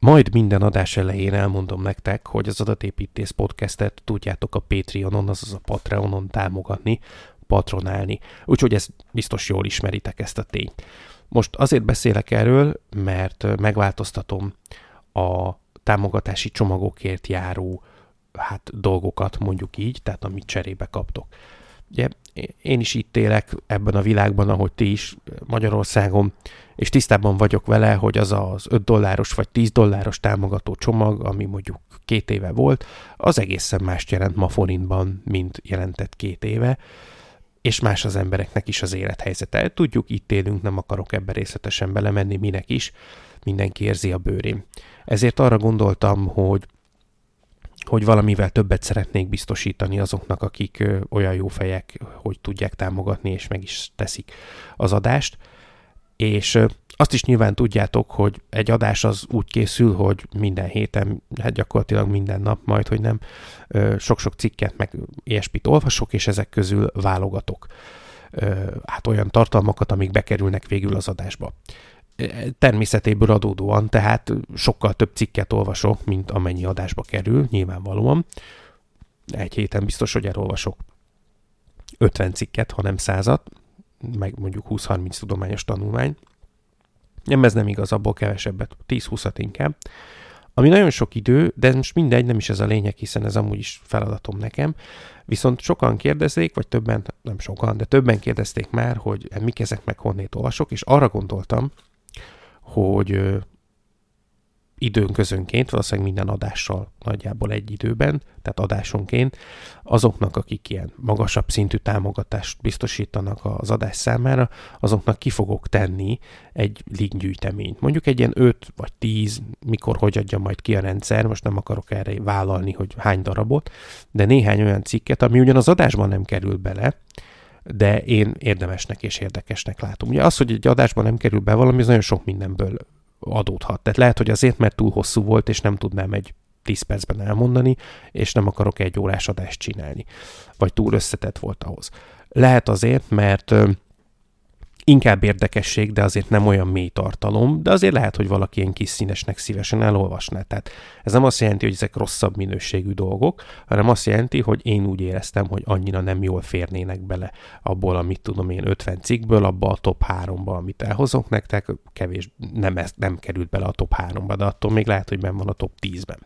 Majd minden adás elején elmondom nektek, hogy az Adatépítész podcastet tudjátok a Patreonon, azaz a Patreonon támogatni, patronálni. Úgyhogy ezt biztos jól ismeritek, ezt a tényt. Most azért beszélek erről, mert megváltoztatom a támogatási csomagokért járó dolgokat, mondjuk így, tehát amit cserébe kaptok. Ugye, én is itt élek ebben a világban, ahogy ti is Magyarországon, és tisztában vagyok vele, hogy az az $5 vagy $10 támogató csomag, ami mondjuk 2 éve volt, az egészen mást jelent ma forintban, mint jelentett 2 éve, és más az embereknek is az élethelyzete. Tudjuk, itt élünk, nem akarok ebbe részletesen belemenni, minek is, mindenki érzi a bőrén. Ezért arra gondoltam, hogy valamivel többet szeretnék biztosítani azoknak, akik olyan jó fejek, hogy tudják támogatni, és meg is teszik az adást. És azt is nyilván tudjátok, hogy egy adás az úgy készül, hogy minden héten, gyakorlatilag minden nap majd, hogy nem, sok-sok cikket, meg ilyesmit olvasok, és ezek közül válogatok olyan tartalmakat, amik bekerülnek végül az adásba. Természetéből adódóan, tehát sokkal több cikket olvasok, mint amennyi adásba kerül, nyilvánvalóan. Egy héten biztos, hogy elolvasok 50 cikket, ha nem 100-at, meg mondjuk 20-30 tudományos tanulmány. Nem, ez nem igaz, abból kevesebbet, 10-20-at inkább. Ami nagyon sok idő, de most mindegy, nem is ez a lényeg, hiszen ez amúgy is feladatom nekem. Viszont sokan kérdezték, vagy többen, nem sokan, de többen kérdezték már, hogy mik ezek, meg honnét olvasok, és arra gondoltam, hogy időnközönként, valószínűleg minden adással nagyjából egy időben, tehát adásonként, azoknak, akik ilyen magasabb szintű támogatást biztosítanak az adás számára, azoknak ki fogok tenni egy linkgyűjteményt. Mondjuk egy ilyen 5 vagy 10, mikor, hogy adja majd ki a rendszer, most nem akarok erre vállalni, hogy hány darabot, de néhány olyan cikket, ami ugyan az adásban nem kerül bele, de én érdemesnek és érdekesnek látom. Ugye az, hogy egy adásban nem kerül be valami, az nagyon sok mindenből adódhat. Tehát lehet, hogy azért, mert túl hosszú volt, és nem tudnám egy 10 percben elmondani, és nem akarok egy órás adást csinálni. Vagy túl összetett volt ahhoz. Lehet azért, mert inkább érdekesség, de azért nem olyan mély tartalom, de azért lehet, hogy valaki ilyen kis színesnek szívesen elolvasná. Tehát ez nem azt jelenti, hogy ezek rosszabb minőségű dolgok, hanem azt jelenti, hogy én úgy éreztem, hogy annyira nem jól férnének bele abból, amit tudom én 50 cikkből, abba a top 3-ba, amit elhozok nektek, kevés, nem került bele a top 3-ba, de attól még lehet, hogy benn van a top 10-ben.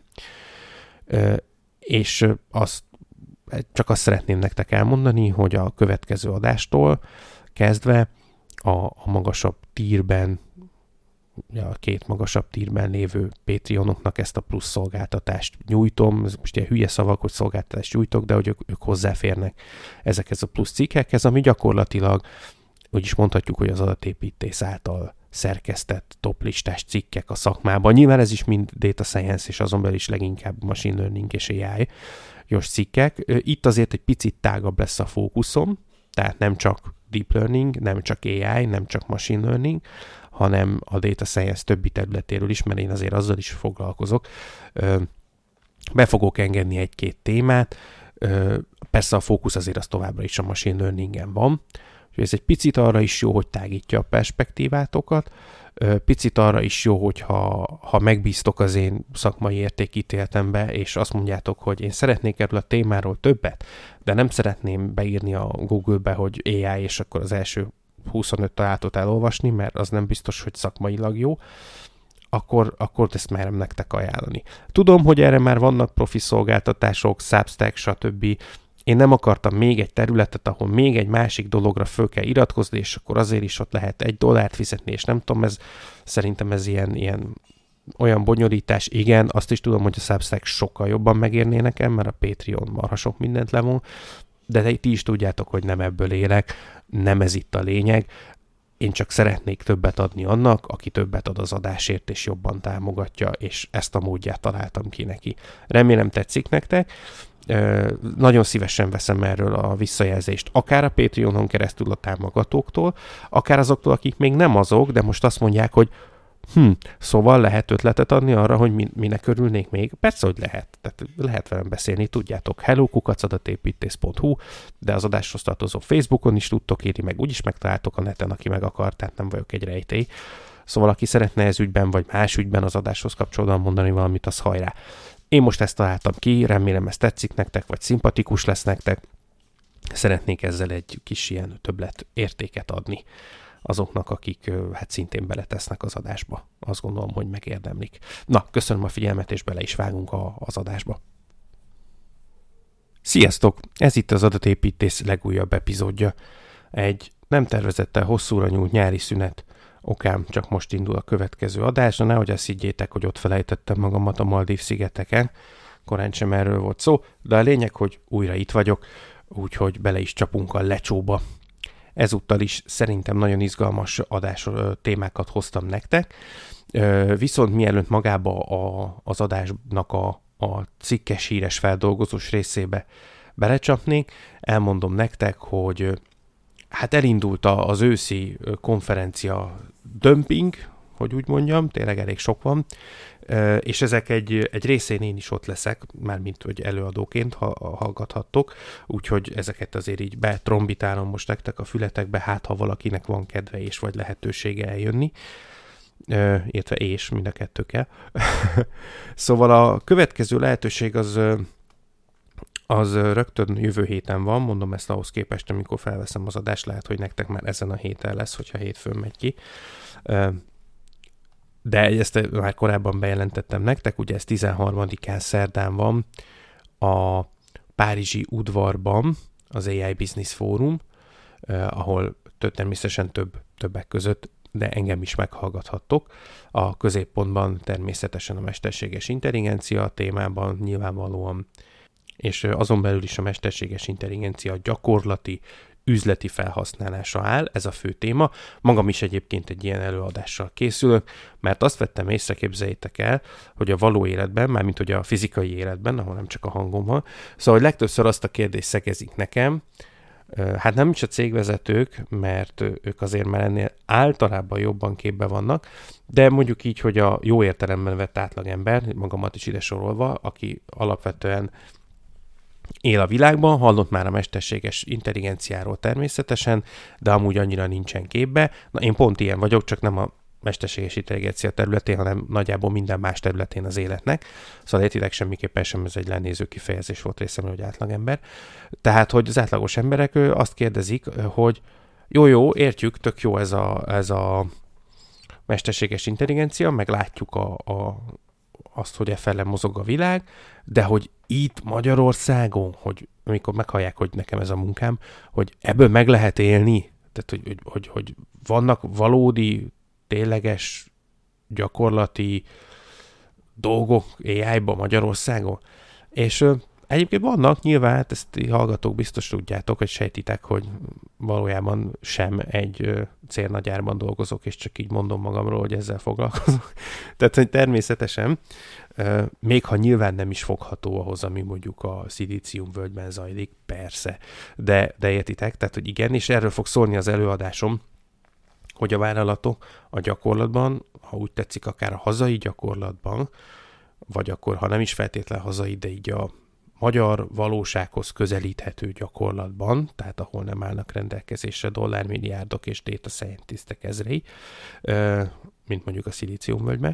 És csak azt szeretném nektek elmondani, hogy a következő adástól kezdve a magasabb tírben, a 2 magasabb tírben lévő Patreonoknak ezt a plusz szolgáltatást nyújtom. Ez most ilyen hülye szavak, hogy szolgáltatást nyújtok, de hogy ők hozzáférnek ezekhez a plusz cikkekhez, ami gyakorlatilag, úgy is mondhatjuk, hogy az adatépítész által szerkesztett toplistás cikkek a szakmában. Nyilván ez is mind data science, és azon belül is leginkább machine learning és AI-os cikkek. Itt azért egy picit tágabb lesz a fókuszom, tehát nem csak deep learning, nem csak AI, nem csak machine learning, hanem a data science többi területéről is, mert én azért azzal is foglalkozok. Be fogok engedni 1-2 témát, persze a fókusz azért az továbbra is a machine learningen van, és ez egy picit arra is jó, hogy tágítja a perspektívátokat, picit arra is jó, hogyha megbíztok az én szakmai értékítéletembe, és azt mondjátok, hogy én szeretnék erről a témáról többet, de nem szeretném beírni a Google-be, hogy AI, és akkor az első 25 találatot elolvasni, mert az nem biztos, hogy szakmailag jó, akkor ezt merem nektek ajánlani. Tudom, hogy erre már vannak profi szolgáltatások, Substack, stb. Én nem akartam még egy területet, ahol még egy másik dologra föl kell iratkozni, és akkor azért is ott lehet $1 fizetni, és nem tudom, szerintem ez ilyen olyan bonyolítás. Igen, azt is tudom, hogy a Substack sokkal jobban megérné nekem, mert a Patreon marha sok mindent levon, de ti is tudjátok, hogy nem ebből élek, nem ez itt a lényeg. Én csak szeretnék többet adni annak, aki többet ad az adásért, és jobban támogatja, és ezt a módját találtam ki neki. Remélem tetszik nektek. Nagyon szívesen veszem erről a visszajelzést, akár a Patreonon keresztül a támogatóktól, akár azoktól, akik még nem azok, de most azt mondják, hogy szóval lehet ötletet adni arra, hogy minek örülnék még? Persze, hogy lehet. Tehát lehet velem beszélni, tudjátok. hello@adatépítész.hu, de az adáshoz tartozó Facebookon is tudtok írni, meg úgyis megtaláltok a neten, aki meg akar, tehát nem vagyok egy rejtély. Szóval aki szeretne ez ügyben, vagy más ügyben az adáshoz kapcsolódóan mondani valamit, az hajrá. Én most ezt találtam ki, remélem ez tetszik nektek, vagy szimpatikus lesz nektek. Szeretnék ezzel egy kis ilyen többlet értéket adni azoknak, akik hát szintén beletesznek az adásba. Azt gondolom, hogy megérdemlik. Na, köszönöm a figyelmet, és bele is vágunk az adásba. Sziasztok! Ez itt az Adatépítész legújabb epizódja. Egy nem tervezettel hosszúra nyúlt nyári szünet okán csak most indul a következő adás, de nehogy azt higgyétek, hogy ott felejtettem magamat a Maldív-szigeteken. Korán sem erről volt szó, de a lényeg, hogy újra itt vagyok, úgyhogy bele is csapunk a lecsóba. Ezúttal is szerintem nagyon izgalmas témákat hoztam nektek, viszont mielőtt magába az adásnak a cikkes híres feldolgozós részébe belecsapnék, elmondom nektek, hogy hát elindult az őszi konferencia dömping, hogy úgy mondjam, tényleg elég sok van, és ezek egy részén én is ott leszek, mármint hogy előadóként hallgathattok, úgyhogy ezeket azért így betrombitálom most nektek a fületekbe, hát ha valakinek van kedve és vagy lehetősége eljönni, illetve és mind a kettő kell. Szóval a következő lehetőség az rögtön jövő héten van, mondom ezt ahhoz képest, amikor felveszem az adást, lehet, hogy nektek már ezen a héten lesz, hogyha hétfőn megy ki. De ezt már korábban bejelentettem nektek, ugye ez 13-án szerdán van a Párizsi udvarban, az AI Business Forum, ahol természetesen többek között, de engem is meghallgathattok. A középpontban természetesen a mesterséges intelligencia témában nyilvánvalóan, és azon belül is a mesterséges intelligencia gyakorlati, üzleti felhasználása áll, ez a fő téma. Magam is egyébként egy ilyen előadással készülök, mert azt vettem észre, képzeljétek el, hogy a való életben, mármint hogy a fizikai életben, ahol nem csak a hangom van, szóval hogy legtöbbször azt a kérdést szegezik nekem, hát nem is a cégvezetők, mert ők azért már ennél általában jobban képbe vannak, de mondjuk így, hogy a jó értelemben vett átlagember, magamat is ide sorolva, aki alapvetően él a világban, hallott már a mesterséges intelligenciáról természetesen, de amúgy annyira nincsen képbe. Na, én pont ilyen vagyok, csak nem a mesterséges intelligencia területén, hanem nagyjából minden más területén az életnek. Szóval értitek, semmiképpen sem ez egy lenéző kifejezés volt részemről, hogy átlagember. Tehát, hogy az átlagos emberek azt kérdezik, hogy jó, értjük, tök jó ez a mesterséges intelligencia, meg látjuk azt, hogy efele mozog a világ, de hogy itt Magyarországon, hogy amikor meghallják, hogy nekem ez a munkám, hogy ebből meg lehet élni, tehát hogy vannak valódi, tényleges, gyakorlati dolgok AI-ba Magyarországon, és egyébként vannak, nyilván, hát ezt hallgatók biztos tudjátok, hogy sejtitek, hogy valójában sem egy cérnagyárban dolgozok, és csak így mondom magamról, hogy ezzel foglalkozok. Tehát, hogy természetesen, még ha nyilván nem is fogható ahhoz, ami mondjuk a szilíciumvölgyben zajlik, persze, de értitek, tehát, hogy igen, és erről fog szólni az előadásom, hogy a vállalatok a gyakorlatban, ha úgy tetszik, akár a hazai gyakorlatban, vagy akkor, ha nem is feltétlen hazai, de így a magyar valósághoz közelíthető gyakorlatban, tehát ahol nem állnak rendelkezésre dollármilliárdok és data scientistek ezrei, mint mondjuk a szilíciumvölgyben,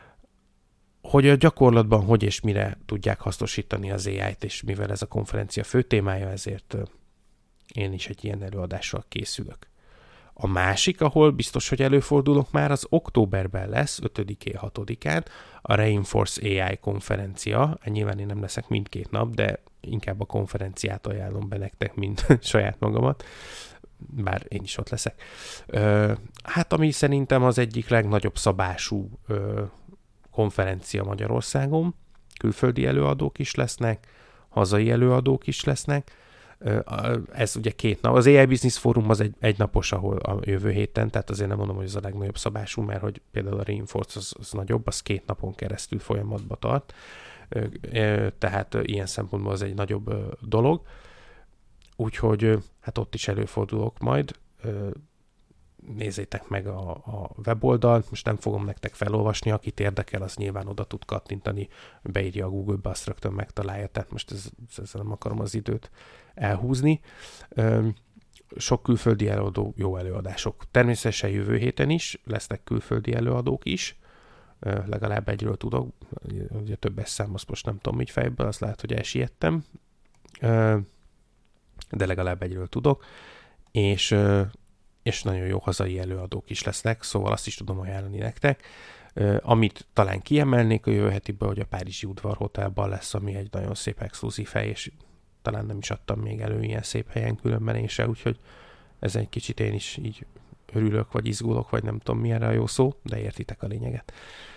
hogy a gyakorlatban hogy és mire tudják hasznosítani az AI-t, és mivel ez a konferencia fő témája, ezért én is egy ilyen előadással készülök. A másik, ahol biztos, hogy előfordulok már, az októberben lesz, 5-én, 6-án, a Reinforce AI konferencia. Nyilván én nem leszek mindkét nap, de inkább a konferenciát ajánlom be nektek, mint saját magamat, bár én is ott leszek. Hát ami szerintem az egyik legnagyobb szabású konferencia Magyarországon. Külföldi előadók is lesznek, hazai előadók is lesznek. Ez ugye 2 nap. Az AI Business Forum az egy napos, ahol a jövő héten, tehát azért nem mondom, hogy ez a legnagyobb szabású, mert hogy például a Reinforce az nagyobb, az 2 napon keresztül folyamatba tart. Tehát ilyen szempontból az egy nagyobb dolog. Úgyhogy hát ott is előfordulok majd. Nézzétek meg a weboldalt, most nem fogom nektek felolvasni, akit érdekel, az nyilván oda tud kattintani, beírja a Google-be, azt rögtön megtalálja, tehát most ezzel nem akarom az időt elhúzni. sok külföldi előadó, jó előadások. Természetesen jövő héten is lesznek külföldi előadók is, legalább egyről tudok, ugye többes szám, azt most nem tudom így fejből, azt lehet, hogy elsiettem, de legalább egyről tudok, és nagyon jó hazai előadók is lesznek, szóval azt is tudom ajánlani nektek. Amit talán kiemelnék a jövő hetiben, hogy a Párizsi Udvar Hotelban lesz, ami egy nagyon szép exkluzív hely, és talán nem is adtam még elő ilyen szép helyen különben én se, úgyhogy ez egy kicsit én is így örülök, vagy izgulok, vagy nem tudom mi erre a jó szó, de értitek a lényeget.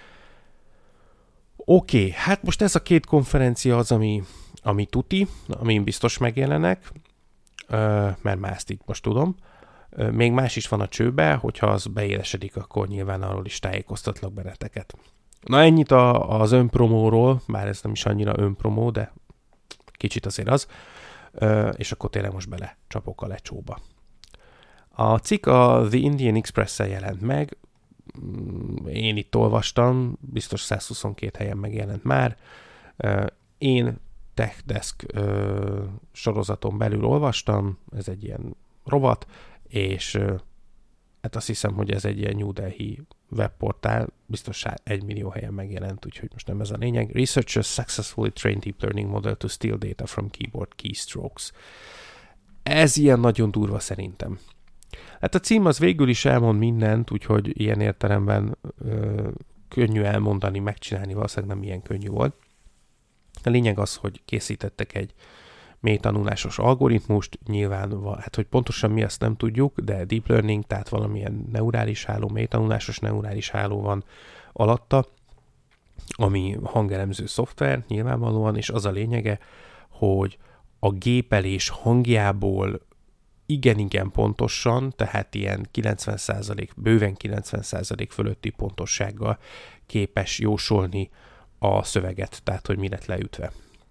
Oké, hát most ez a két konferencia az, ami tuti, amin biztos megjelenek, mert már ezt így most tudom. Még más is van a csőbe, hogyha az beélesedik, akkor nyilván arról is tájékoztatlak benneteket. Na ennyit az önpromóról, bár ez nem is annyira önpromó, de kicsit azért az, és akkor tényleg most bele csapok a lecsóba. A cikk a The Indian Express-szel jelent meg, én itt olvastam, biztos 122 helyen megjelent már. Én TechDesk sorozaton belül olvastam, ez egy ilyen rovat, és hát azt hiszem, hogy ez egy ilyen New Delhi webportál, biztos 1 millió helyen megjelent, úgyhogy most nem ez a lényeg. Researchers successfully trained deep learning model to steal data from keyboard keystrokes. Ez ilyen nagyon durva szerintem. Hát a cím az végül is elmond mindent, úgyhogy ilyen értelemben könnyű elmondani, megcsinálni, valószínűleg nem ilyen könnyű volt. A lényeg az, hogy készítettek egy mély tanulásos algoritmust, nyilván, hát hogy pontosan mi azt nem tudjuk, de deep learning, tehát valamilyen neurális háló, mély tanulásos neurális háló van alatta, ami hangelemző szoftver nyilvánvalóan, és az a lényege, hogy a gépelés hangjából igen pontosan, tehát ilyen 90%, bőven 90% fölötti pontossággal képes jósolni a szöveget, tehát hogy mi lett leütve.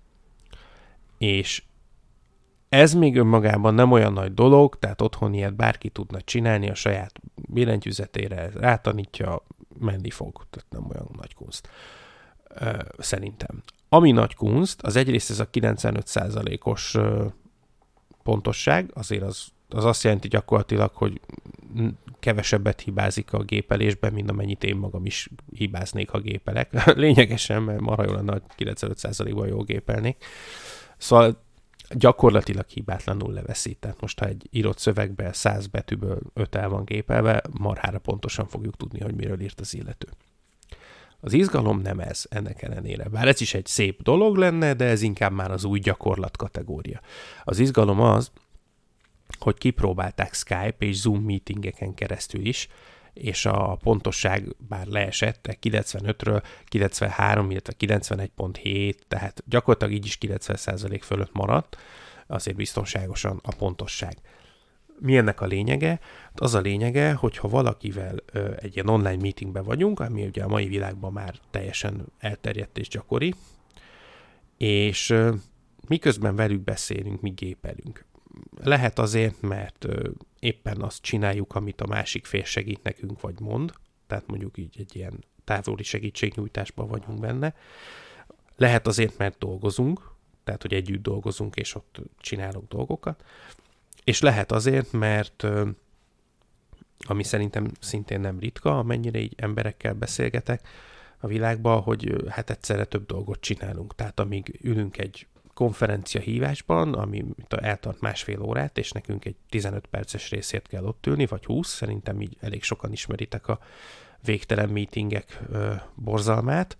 És ez még önmagában nem olyan nagy dolog, tehát otthon ilyet bárki tudna csinálni, a saját billentyűzetére rátanítja, menni fog, tehát nem olyan nagy kunst. Szerintem. Ami nagy kunst, az egyrészt ez a 95%-os pontosság, azért az azt jelenti gyakorlatilag, hogy kevesebbet hibázik a gépelésben, mint amennyit én magam is hibáznék, ha gépelek. Lényegesen, mert marha jó lenne, hogy 95%-ban jól gépelnék. Szóval gyakorlatilag hibátlanul leveszi. Tehát most, ha egy írott szövegben 100 betűből 5 el van gépelve, marhára pontosan fogjuk tudni, hogy miről írt az illető. Az izgalom nem ez, ennek ellenére. Bár ez is egy szép dolog lenne, de ez inkább már az új gyakorlat kategória. Az izgalom az, hogy kipróbálták Skype és Zoom meetingeken keresztül is, és a pontosság bár leesett 95-ről 93, illetve 91.7, tehát gyakorlatilag így is 90% fölött maradt, azért biztonságosan a pontosság. Mi ennek a lényege? Az a lényege, hogyha valakivel egy ilyen online meetingben vagyunk, ami ugye a mai világban már teljesen elterjedt és gyakori, és miközben velük beszélünk, mi gépelünk. Lehet azért, mert éppen azt csináljuk, amit a másik fél segít nekünk, vagy mond, tehát mondjuk így egy ilyen távoli segítségnyújtásban vagyunk benne. Lehet azért, mert dolgozunk, tehát hogy együtt dolgozunk, és ott csinálunk dolgokat. És lehet azért, mert ami szerintem szintén nem ritka, amennyire így emberekkel beszélgetek a világban, hogy hát egyszerre több dolgot csinálunk. Tehát amíg ülünk egy konferencia hívásban, ami eltart 1,5 órát, és nekünk egy 15 perces részét kell ott ülni, vagy 20, szerintem így elég sokan ismeritek a végtelen meetingek borzalmát.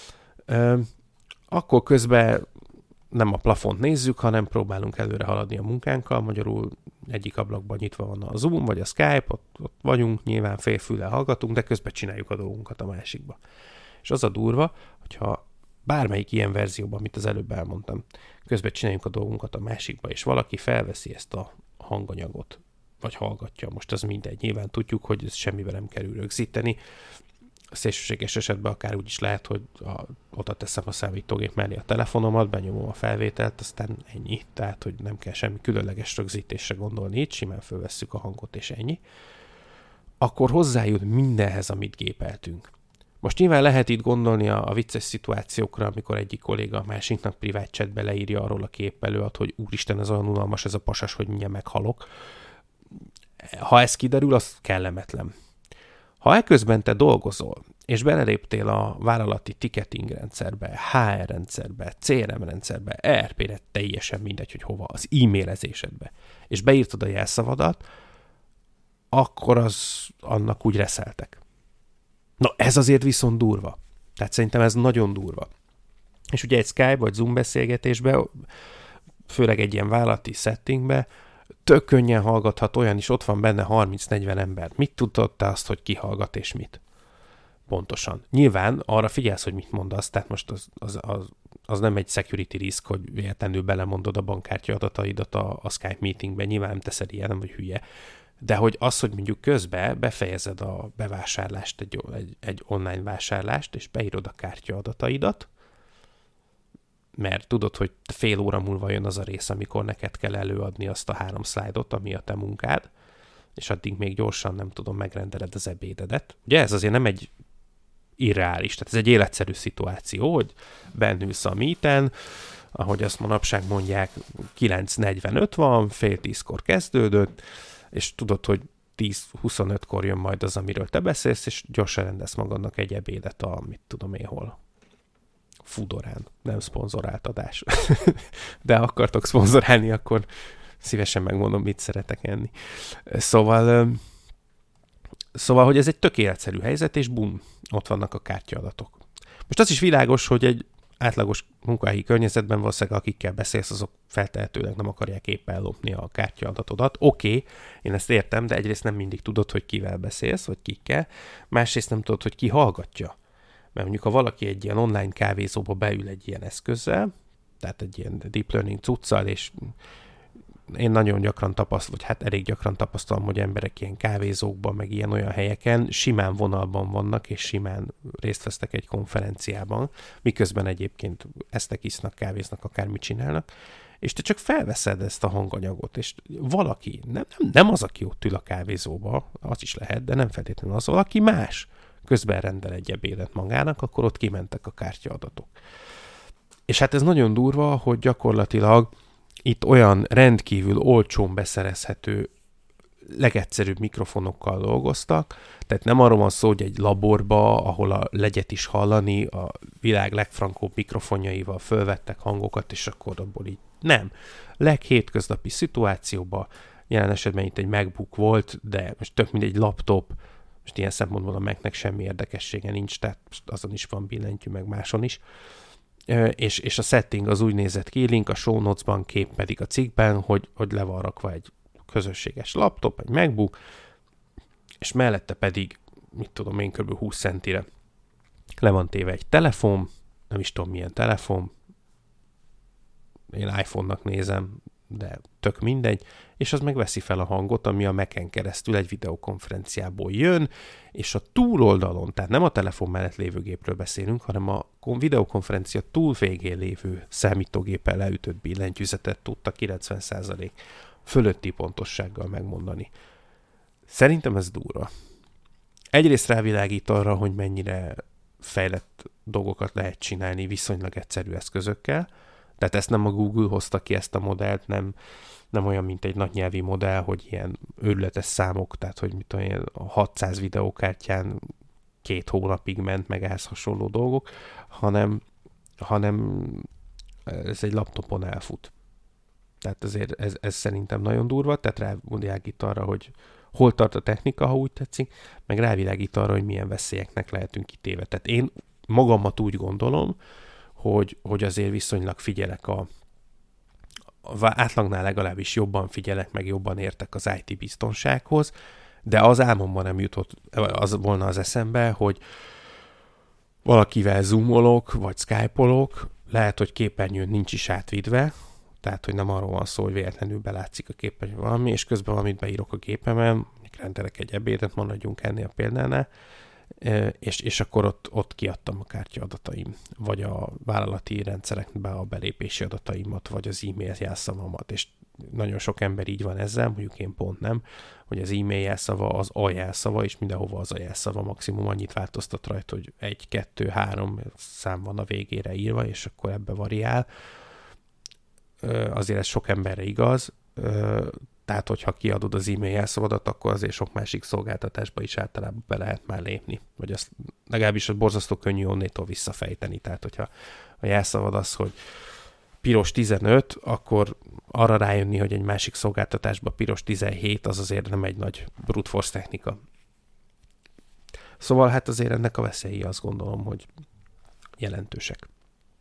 Akkor közben nem a plafont nézzük, hanem próbálunk előre haladni a munkánkkal, magyarul egyik ablakban nyitva van a Zoom, vagy a Skype, ott vagyunk, nyilván félfüllel hallgatunk, de közben csináljuk a dolgunkat a másikba. És az a durva, hogyha bármelyik ilyen verzióban, amit az előbb elmondtam, közben csináljuk a dolgunkat a másikba, és valaki felveszi ezt a hanganyagot, vagy hallgatja, most az mindegy. Nyilván tudjuk, hogy ez semmivel nem kerül rögzíteni. A szélsőséges esetben akár úgy is lehet, hogy oda teszem a számítógép mellé a telefonomat, benyomom a felvételt, aztán ennyi. Tehát, hogy nem kell semmi különleges rögzítésre gondolni itt, simán fölvesszük a hangot, és ennyi. Akkor hozzájut mindenhez, amit gépeltünk. Most nyilván lehet itt gondolni a vicces szituációkra, amikor egyik kolléga a másiknak privát chatbe leírja arról a kép előtt, hogy úristen, ez olyan unalmas ez a pasas, hogy mindjárt meghalok. Ha ez kiderül, az kellemetlen. Ha eközben te dolgozol, és beleléptél a vállalati ticketing rendszerbe, HR rendszerbe, CRM rendszerbe, ERP-re, teljesen mindegy, hogy hova, az e-mailezésedbe, és beírtad a jelszavadat, akkor annak úgy reszeltek. Na, ez azért viszont durva. Tehát szerintem ez nagyon durva. És ugye egy Skype vagy Zoom beszélgetésben, főleg egy ilyen vállalati settingbe, tök könnyen hallgathat olyan is, ott van benne 30-40 ember. Mit tudod te azt, hogy ki hallgat és mit? Pontosan. Nyilván arra figyelsz, hogy mit mondasz, tehát most az nem egy security risk, hogy véletlenül belemondod a bankkártya adataidat a Skype meetingben, nyilván nem teszed ilyen, nem vagy hülye. De hogy az, hogy mondjuk közben befejezed a bevásárlást, egy online vásárlást, és beírod a kártya adataidat, mert tudod, hogy fél óra múlva jön az a rész, amikor neked kell előadni azt a 3 szlájdot, ami a te munkád, és addig még gyorsan, nem tudom, megrendeled az ebédedet. Ugye ez azért nem egy irreális, tehát ez egy életszerű szituáció, hogy bennülsz a meeten, ahogy azt manapság mondják, 9:45 van, fél 10-kor kezdődött, és tudod, hogy 10-25-kor jön majd az, amiről te beszélsz, és gyorsan rendez magadnak egy ebédet mit tudom én hol. Foodorán, nem szponzorált adás. De ha akartok szponzorálni, akkor szívesen megmondom, mit szeretek enni. Szóval, hogy ez egy tök életszerű helyzet, és bum, ott vannak a kártyaadatok. Most az is világos, hogy egy átlagos munkahelyi környezetben valószínűleg akikkel beszélsz, azok feltehetőleg nem akarják éppen ellopni a kártyaadatodat. Oké, én ezt értem, de egyrészt nem mindig tudod, hogy kivel beszélsz, vagy kikkel. Másrészt nem tudod, hogy ki hallgatja. Mert mondjuk, ha valaki egy ilyen online kávézóba beül egy ilyen eszközzel, tehát egy ilyen deep learning cuccal, és én nagyon gyakran elég gyakran tapasztalom, hogy emberek ilyen kávézókban, meg ilyen olyan helyeken simán vonalban vannak, és simán részt vesznek egy konferenciában, miközben egyébként esznek, isznak, kávéznak, akármit csinálnak, és te csak felveszed ezt a hanganyagot, és valaki, nem az, aki ott ül a kávézóba, az is lehet, de nem feltétlenül az, valaki más közben rendel egy ebédet magának, akkor ott kimentek a kártyaadatok. És hát ez nagyon durva, hogy gyakorlatilag itt olyan rendkívül olcsón beszerezhető, legegyszerűbb mikrofonokkal dolgoztak, tehát nem arról van szó, hogy egy laborba, ahol a legyet is hallani, a világ legfrankóbb mikrofonjaival fölvettek hangokat, és akkor abból így nem. Leghétköznapi szituációban, jelen esetben itt egy MacBook volt, de most tök mindegy laptop, most ilyen szempontból a Mac-nek semmi érdekessége nincs, tehát azon is van billentyű, meg máson is. És a setting az úgy nézett ki, link a show notes-ban, kép pedig a cikkben, hogy le van rakva egy közösséges laptop, egy MacBook, és mellette pedig, mit tudom én, kb. 20 centire le van téve egy telefon, nem is tudom milyen telefon, én iPhone-nak nézem, de tök mindegy, és az megveszi fel a hangot, ami a Mac-en keresztül egy videokonferenciából jön, és a túloldalon, tehát nem a telefon mellett lévő gépről beszélünk, hanem a videokonferencia túl végén lévő számítógéppel leütött billentyűzetet tudta 90% fölötti pontossággal megmondani. Szerintem ez durva. Egyrészt rávilágít arra, hogy mennyire fejlett dolgokat lehet csinálni viszonylag egyszerű eszközökkel, tehát ezt nem a Google hozta ki, ezt a modellt, nem olyan, mint egy nagynyelvi modell, hogy ilyen őrületes számok, tehát hogy mit tudom én, a 600 videókártyán 2 hónapig ment, meg ehhez hasonló dolgok, hanem ez egy laptopon elfut. Tehát azért ez szerintem nagyon durva, tehát rávilágít arra, hogy hol tart a technika, ha úgy tetszik, meg rávilágít arra, hogy milyen veszélyeknek lehetünk kitéve. Tehát én magamat úgy gondolom, hogy azért viszonylag figyelek átlagnál legalábbis jobban figyelek, meg jobban értek az IT biztonsághoz, de az álmomban nem jutott volna az eszembe, hogy valakivel zoomolok, vagy skype-olok, lehet, hogy képernyőn nincs is átvidve, tehát, hogy nem arról van szó, hogy véletlenül belátszik a képernyő valami, és közben valamit beírok a gépemen, rendelek egy ebédet, maradjunk ennél a példánál, és akkor ott kiadtam a kártyaadataim, vagy a vállalati rendszerekbe a belépési adataimat, vagy az e-mail jelszavamat, és nagyon sok ember így van ezzel, mondjuk én pont nem, hogy az e-mail jelszava az a jelszava, és mindenhova az a jelszava, maximum annyit változtat rajta, hogy 1, 2, 3 szám van a végére írva, és akkor ebbe variál. Azért ez sok emberre igaz, Tehát, hogyha kiadod az e-mail jelszavadat, akkor azért sok másik szolgáltatásba is általában be lehet már lépni. Vagy azt legalábbis borzasztó könnyű onnétól visszafejteni. Tehát, hogyha a jelszavad az, hogy piros 15, akkor arra rájönni, hogy egy másik szolgáltatásban piros 17, az azért nem egy nagy brute force technika. Szóval hát azért ennek a veszélyi azt gondolom, hogy jelentősek.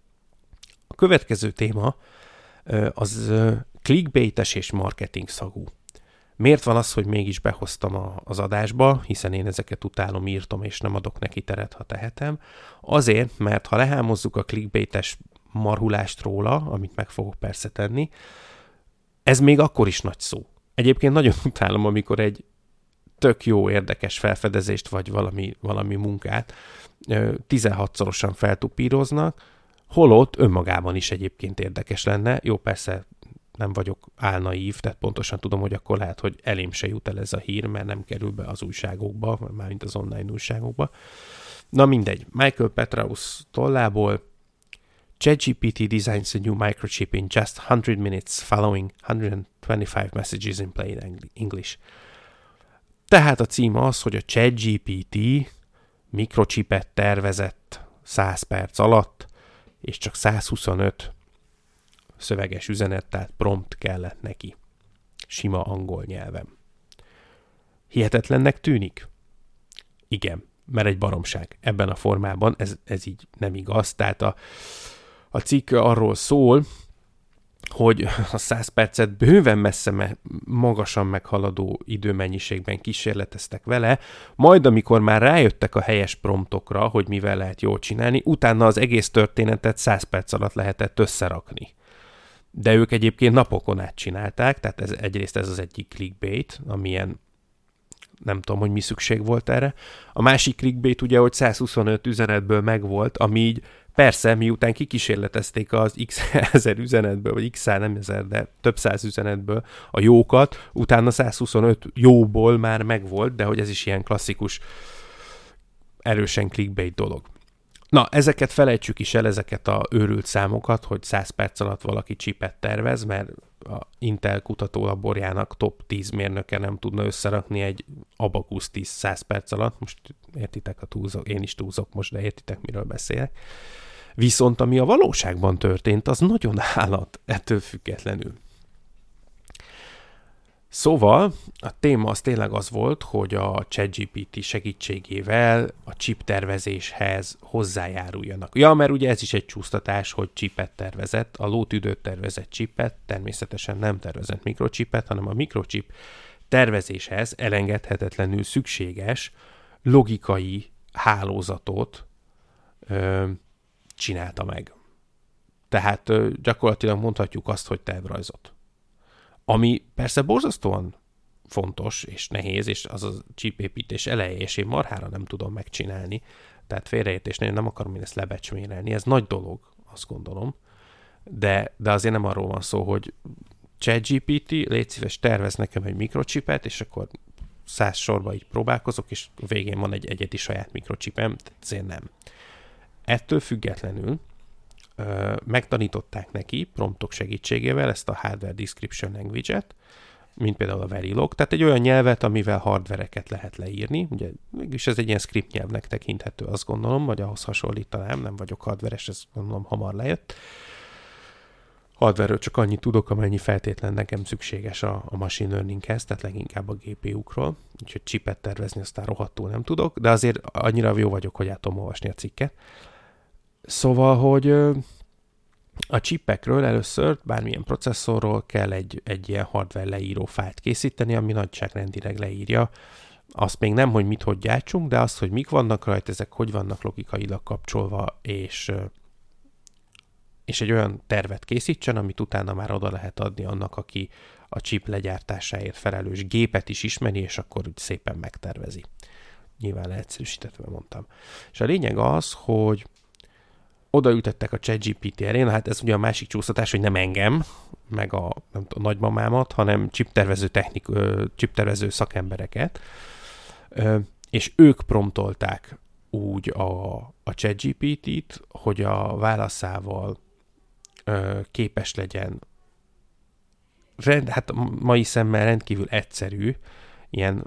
A következő téma az clickbaites és marketing szagú. Miért van az, hogy mégis behoztam az adásba, hiszen én ezeket utálom, írtom, és nem adok neki teret, ha tehetem. Azért, mert ha lehámozzuk a clickbaites marhulást róla, amit meg fogok persze tenni, ez még akkor is nagy szó. Egyébként nagyon utálom, amikor egy tök jó, érdekes felfedezést, vagy valami munkát 16-szorosan feltupíroznak, holott önmagában is egyébként érdekes lenne. Jó, persze nem vagyok álnaív, tehát pontosan tudom, hogy akkor lehet, hogy elém se jut el ez a hír, mert nem kerül be az újságokba, mármint az online újságokba. Na mindegy, Michael Petraeus tollából ChatGPT designs a new microchip in just 100 minutes following 125 messages in plain English. Tehát a cím az, hogy a ChatGPT mikrochipet tervezett 100 perc alatt, és csak 125 szöveges üzenet, tehát prompt kellett neki. Sima angol nyelven. Hihetetlennek tűnik? Igen, mert egy baromság. Ebben a formában ez így nem igaz. Tehát a cikk arról szól, hogy a 100 percet bőven messze magasan meghaladó időmennyiségben kísérleteztek vele, majd amikor már rájöttek a helyes promptokra, hogy mivel lehet jól csinálni, utána az egész történetet 100 perc alatt lehetett összerakni. De ők egyébként napokon át csinálták, tehát egyrészt ez az egyik clickbait, amilyen nem tudom, hogy mi szükség volt erre. A másik clickbait ugye, hogy 125 üzenetből megvolt, ami így persze, miután kikísérletezték az x ezer üzenetből, vagy x nem ezer, de több száz üzenetből a jókat, utána 125 jóból már megvolt, de hogy ez is ilyen klasszikus, erősen clickbait dolog. Na, ezeket felejtsük is el, ezeket a őrült számokat, hogy 100 perc alatt valaki csipet tervez, mert a Intel kutatólaborjának top 10 mérnöke nem tudna összerakni egy Abacus 10 100 perc alatt. Most értitek, én is túlzok most, de értitek, miről beszélek. Viszont ami a valóságban történt, az nagyon állat ettől függetlenül. Szóval a téma az tényleg az volt, hogy a ChatGPT segítségével a chip tervezéshez hozzájáruljanak. Ja, mert ugye ez is egy csúsztatás, hogy chipet tervezett, a lótüdőt tervezett chipet, természetesen nem tervezett mikrochipet, hanem a mikrochip tervezéshez elengedhetetlenül szükséges logikai hálózatot csinálta meg. Tehát gyakorlatilag mondhatjuk azt, hogy tervrajzot. Ami persze borzasztóan fontos és nehéz, és az a chipépítés eleje, és én marhára nem tudom megcsinálni. Tehát félreértésnél nem akarom én ezt lebecsmérelni. Ez nagy dolog, azt gondolom. De azért nem arról van szó, hogy ChatGPT, légy szíves, tervez nekem egy mikrochipet, és akkor 100 sorba így próbálkozok, és végén van egy egyedi saját mikrochipem, ezért nem. Ettől függetlenül megtanították neki promptok segítségével ezt a Hardware Description Language-et, mint például a Verilog, tehát egy olyan nyelvet, amivel hardvereket lehet leírni. Ugye mégis ez egy ilyen script nyelvnek tekinthető, azt gondolom, vagy ahhoz hasonlítanám, nem vagyok hardveres, ez gondolom hamar lejött. Hardware-ről csak annyit tudok, amennyi feltétlen nekem szükséges a machine learninghez, tehát leginkább a GPU-król, úgyhogy chipet tervezni aztán rohadtul nem tudok, de azért annyira jó vagyok, hogy át tudom olvasni a cikket. Szóval, hogy a chipekről először bármilyen processzorról kell egy ilyen hardware leíró fájlt készíteni, ami nagyságrendileg leírja. Azt még nem, hogy mit hogy gyártsunk, de azt, hogy mik vannak rajta, ezek hogy vannak logikailag kapcsolva, és egy olyan tervet készítsen, amit utána már oda lehet adni annak, aki a chip legyártásáért felelős gépet is ismeri, és akkor úgy szépen megtervezi. Nyilván leegyszerűsítetve mondtam. És a lényeg az, hogy odaültettek a ChatGPT elé, na hát ez ugye a másik csúsztatás, hogy nem engem, meg a nagymamámat, hanem chiptervező szakembereket, és ők promptolták úgy a ChatGPT-t, hogy a válaszával képes legyen hát mai szemmel rendkívül egyszerű, ilyen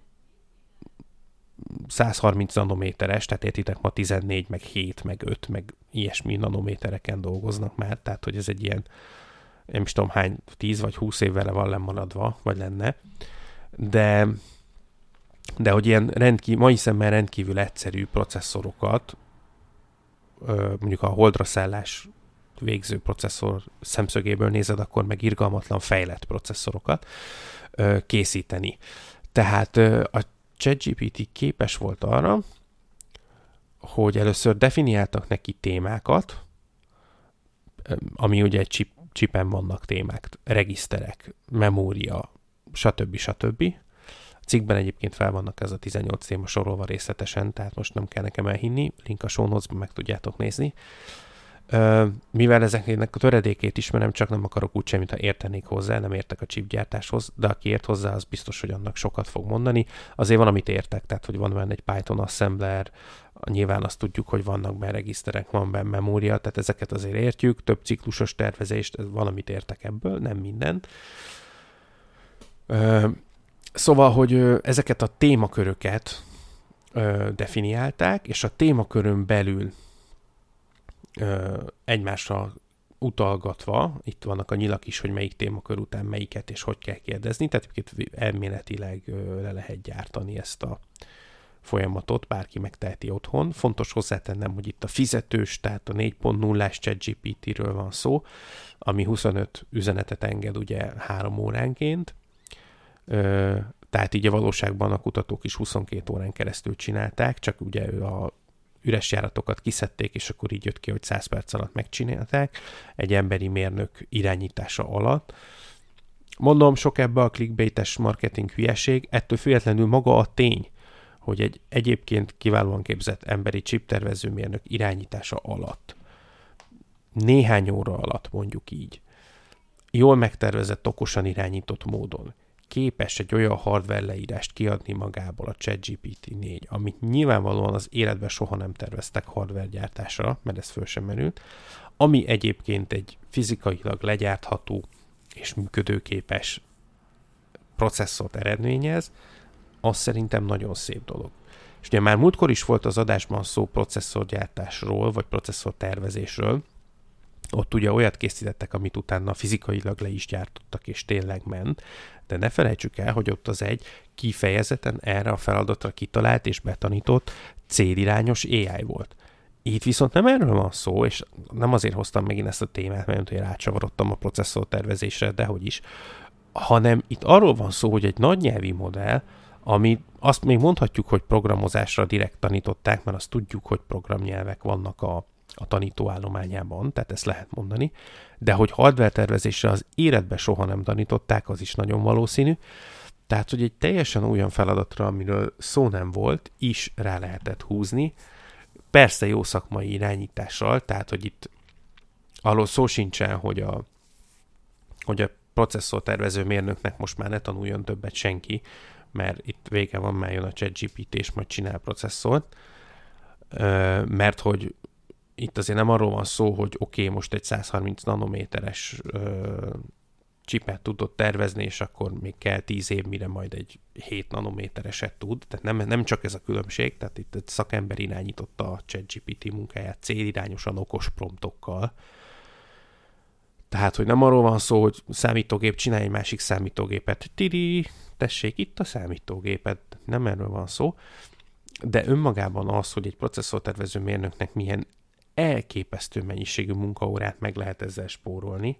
130 nanométeres, tehát értitek, ma 14, meg 7, meg 5, meg ilyesmi nanométereken dolgoznak már, tehát hogy ez egy ilyen, nem is tudom hány, 10 vagy 20 év vele van lemaradva, vagy lenne, de hogy ilyen mai szemmel rendkívül egyszerű processzorokat, mondjuk a holdra szállás végző processzor szemszögéből nézed, akkor meg irgalmatlan fejlett processzorokat készíteni. Tehát a ChatGPT képes volt arra, hogy először definiáltak neki témákat, ami ugye egy chipen vannak témák, regiszterek, memória, stb. A cikkben egyébként fel vannak ez a 18 téma sorolva részletesen, tehát most nem kell nekem elhinni, link a show notes-ban meg tudjátok nézni. Mivel ezeknek a töredékét ismerem, csak nem akarok úgy semmit, ha értenék hozzá, nem értek a chipgyártáshoz, de aki ért hozzá, az biztos, hogy annak sokat fog mondani. Azért van, amit értek, tehát hogy van benne egy Python assembler, nyilván azt tudjuk, hogy vannak benne regiszterek, van benne memória, tehát ezeket azért értjük, több ciklusos tervezést, van, amit értek ebből, nem mindent. Szóval, hogy ezeket a témaköröket definiálták, és a témakörön belül egymásra utalgatva, itt vannak a nyilak is, hogy melyik témakör után melyiket és hogy kell kérdezni, tehát elméletileg le lehet gyártani ezt a folyamatot, bárki megteheti otthon. Fontos hozzátennem, hogy itt a fizetős, tehát a 4.0-ás ChatGPT-ről van szó, ami 25 üzenetet enged ugye 3 óránként, tehát így a valóságban a kutatók is 22 órán keresztül csinálták, csak ugye a üres járatokat kiszedték, és akkor így jött ki, hogy 100 perc alatt megcsinálták, egy emberi mérnök irányítása alatt. Mondom, sok ebbe a clickbaites marketing hülyeség, ettől függetlenül maga a tény, hogy egy egyébként kiválóan képzett emberi chiptervezőmérnök irányítása alatt, néhány óra alatt mondjuk így, jól megtervezett, okosan irányított módon képes egy olyan hardware leírást kiadni magából a ChatGPT 4, amit nyilvánvalóan az életben soha nem terveztek hardware gyártásra, mert ez föl sem merült, ami egyébként egy fizikailag legyártható és működőképes processzort eredményez, az szerintem nagyon szép dolog. És ugye már múltkor is volt az adásban szó processzorgyártásról, vagy processzortervezésről, ott ugye olyat készítettek, amit utána fizikailag le is gyártottak, és tényleg ment, de ne felejtsük el, hogy ott az egy kifejezetten erre a feladatra kitalált és betanított célirányos AI volt. Itt viszont nem erről van szó, és nem azért hoztam megint ezt a témát, mert hogy rácsavarodtam a processzortervezésre, de hogy is, hanem itt arról van szó, hogy egy nagy nyelvi modell, ami azt még mondhatjuk, hogy programozásra direkt tanították, mert azt tudjuk, hogy programnyelvek vannak a tanítóállományában, tehát ezt lehet mondani, de hogy hardware tervezésre az életben soha nem tanították, az is nagyon valószínű. Tehát, hogy egy teljesen olyan feladatra, amiről szó nem volt, is rá lehetett húzni. Persze jó szakmai irányítással, tehát, hogy itt arról szó sincsen, hogy a processzortervező mérnöknek most már ne tanuljon többet senki, mert itt vége van, már jön a ChatGPT és majd csinál processzort, mert hogy itt azért nem arról van szó, hogy oké, most egy 130 nanométeres chipet tudott tervezni, és akkor még kell 10 év, mire majd egy 7 nanométereset tud. Tehát nem csak ez a különbség, tehát itt egy szakember irányította a ChatGPT munkáját célirányosan okos promptokkal. Tehát, hogy nem arról van szó, hogy számítógép csinálj egy másik számítógépet. Tessék, itt a számítógépet. Nem erről van szó. De önmagában az, hogy egy processzortervező mérnöknek milyen elképesztő mennyiségű munkaórát meg lehet ezzel spórolni,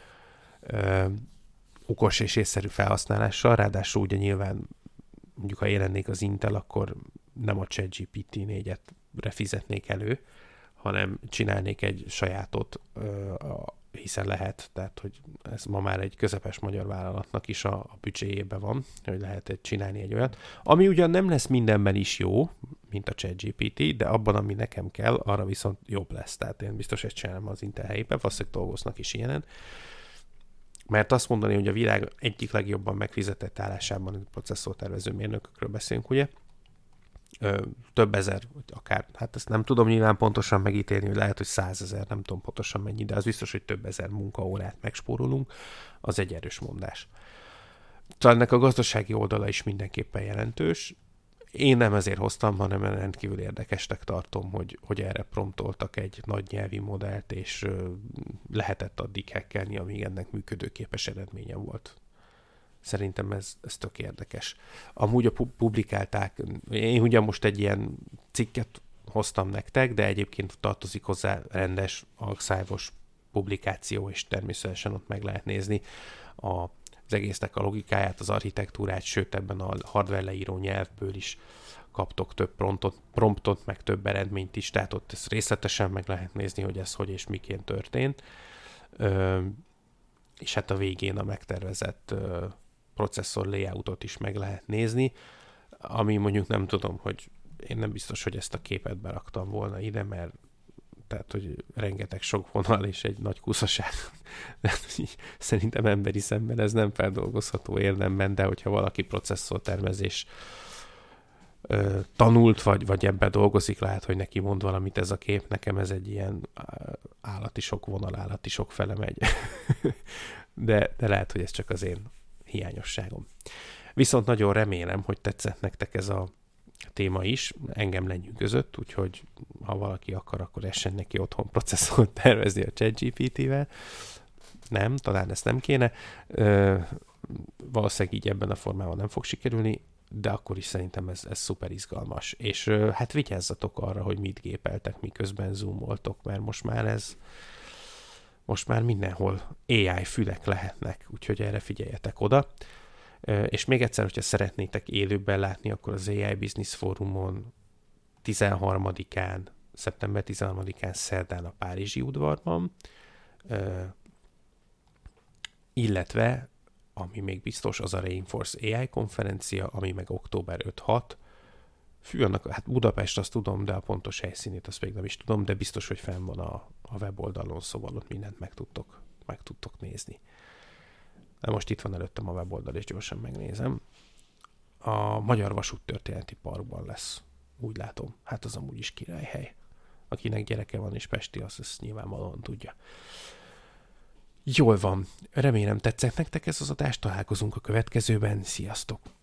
okos és észszerű felhasználással, ráadásul ugye nyilván mondjuk ha jelennék az Intel, akkor nem a ChatGPT 4-et fizetnék elő, hanem csinálnék egy sajátot, hiszen lehet, tehát hogy ez ma már egy közepes magyar vállalatnak is a büdzséjében van, hogy lehet csinálni egy olyat, ami ugyan nem lesz mindenben is jó, mint a ChatGPT, de abban, ami nekem kell, arra viszont jobb lesz. Tehát én biztos ezt csinálom az Intel helyében, valószínűleg dolgoznak is ilyenen. Mert azt mondani, hogy a világ egyik legjobban megfizetett állásában a processzortervező mérnökökről beszélünk, ugye? Több ezer, akár, hát ezt nem tudom nyilván pontosan megítélni, hogy lehet, hogy 100 000, nem tudom pontosan mennyi, de az biztos, hogy több ezer munkaórát megspórolunk, az egy erős mondás. Talán ennek a gazdasági oldala is mindenképpen jelentős. Én nem ezért hoztam, hanem rendkívül érdekesnek tartom, hogy erre promptoltak egy nagy nyelvi modellt, és lehetett addig hackelni, amíg ennek működőképes eredménye volt. Szerintem ez tök érdekes. Amúgy publikálták, én ugye most egy ilyen cikket hoztam nektek, de egyébként tartozik hozzá rendes archive-os publikáció, és természetesen ott meg lehet nézni az egésznek a logikáját, az architektúrát, sőt ebben a hardware leíró nyelvből is kaptok több promptot, meg több eredményt is, tehát ott ezt részletesen meg lehet nézni, hogy ez hogy és miként történt. És hát a végén a megtervezett processzor layoutot is meg lehet nézni, ami mondjuk nem tudom, hogy én nem biztos, hogy ezt a képet beraktam volna ide, mert tehát, hogy rengeteg sok vonal és egy nagy kuszaság. Szerintem emberi szemben ez nem feldolgozható érdemben, de hogyha valaki processzortervezés tanult, vagy ebben dolgozik, lehet, hogy neki mond valamit ez a kép. Nekem ez egy ilyen állati sok vonal, állati sok fele megy. de lehet, hogy ez csak az én hiányosságom. Viszont nagyon remélem, hogy tetszett nektek ez a téma is, engem lenyűgözött, úgyhogy ha valaki akar, akkor essen neki otthon processzort tervezni a ChatGPT-vel. Nem, talán ezt nem kéne. Valószínűleg így ebben a formában nem fog sikerülni, de akkor is szerintem ez szuper izgalmas. És hát vigyázzatok arra, hogy mit gépeltek, miközben zoomoltok, mert most már mindenhol AI fülek lehetnek, úgyhogy erre figyeljetek oda. És még egyszer, hogyha szeretnétek élőben látni, akkor az AI Business Fórumon 13-án, szeptember 13-án szerdán a Párizsi udvarban, illetve, ami még biztos, az a Reinforce AI konferencia, ami meg október 5-6. Hát Budapest azt tudom, de a pontos helyszínét azt még nem is tudom, de biztos, hogy fenn van a weboldalon, szóval ott mindent meg tudtok nézni. De most itt van előttem a weboldal, és gyorsan megnézem. A Magyar Vasúttörténeti Parkban lesz, úgy látom. Hát az amúgy is királyhely. Akinek gyereke van és pesti, az ezt nyilvánvalóan tudja. Jól van. Remélem tetszett nektek ez az adás, találkozunk a következőben. Sziasztok!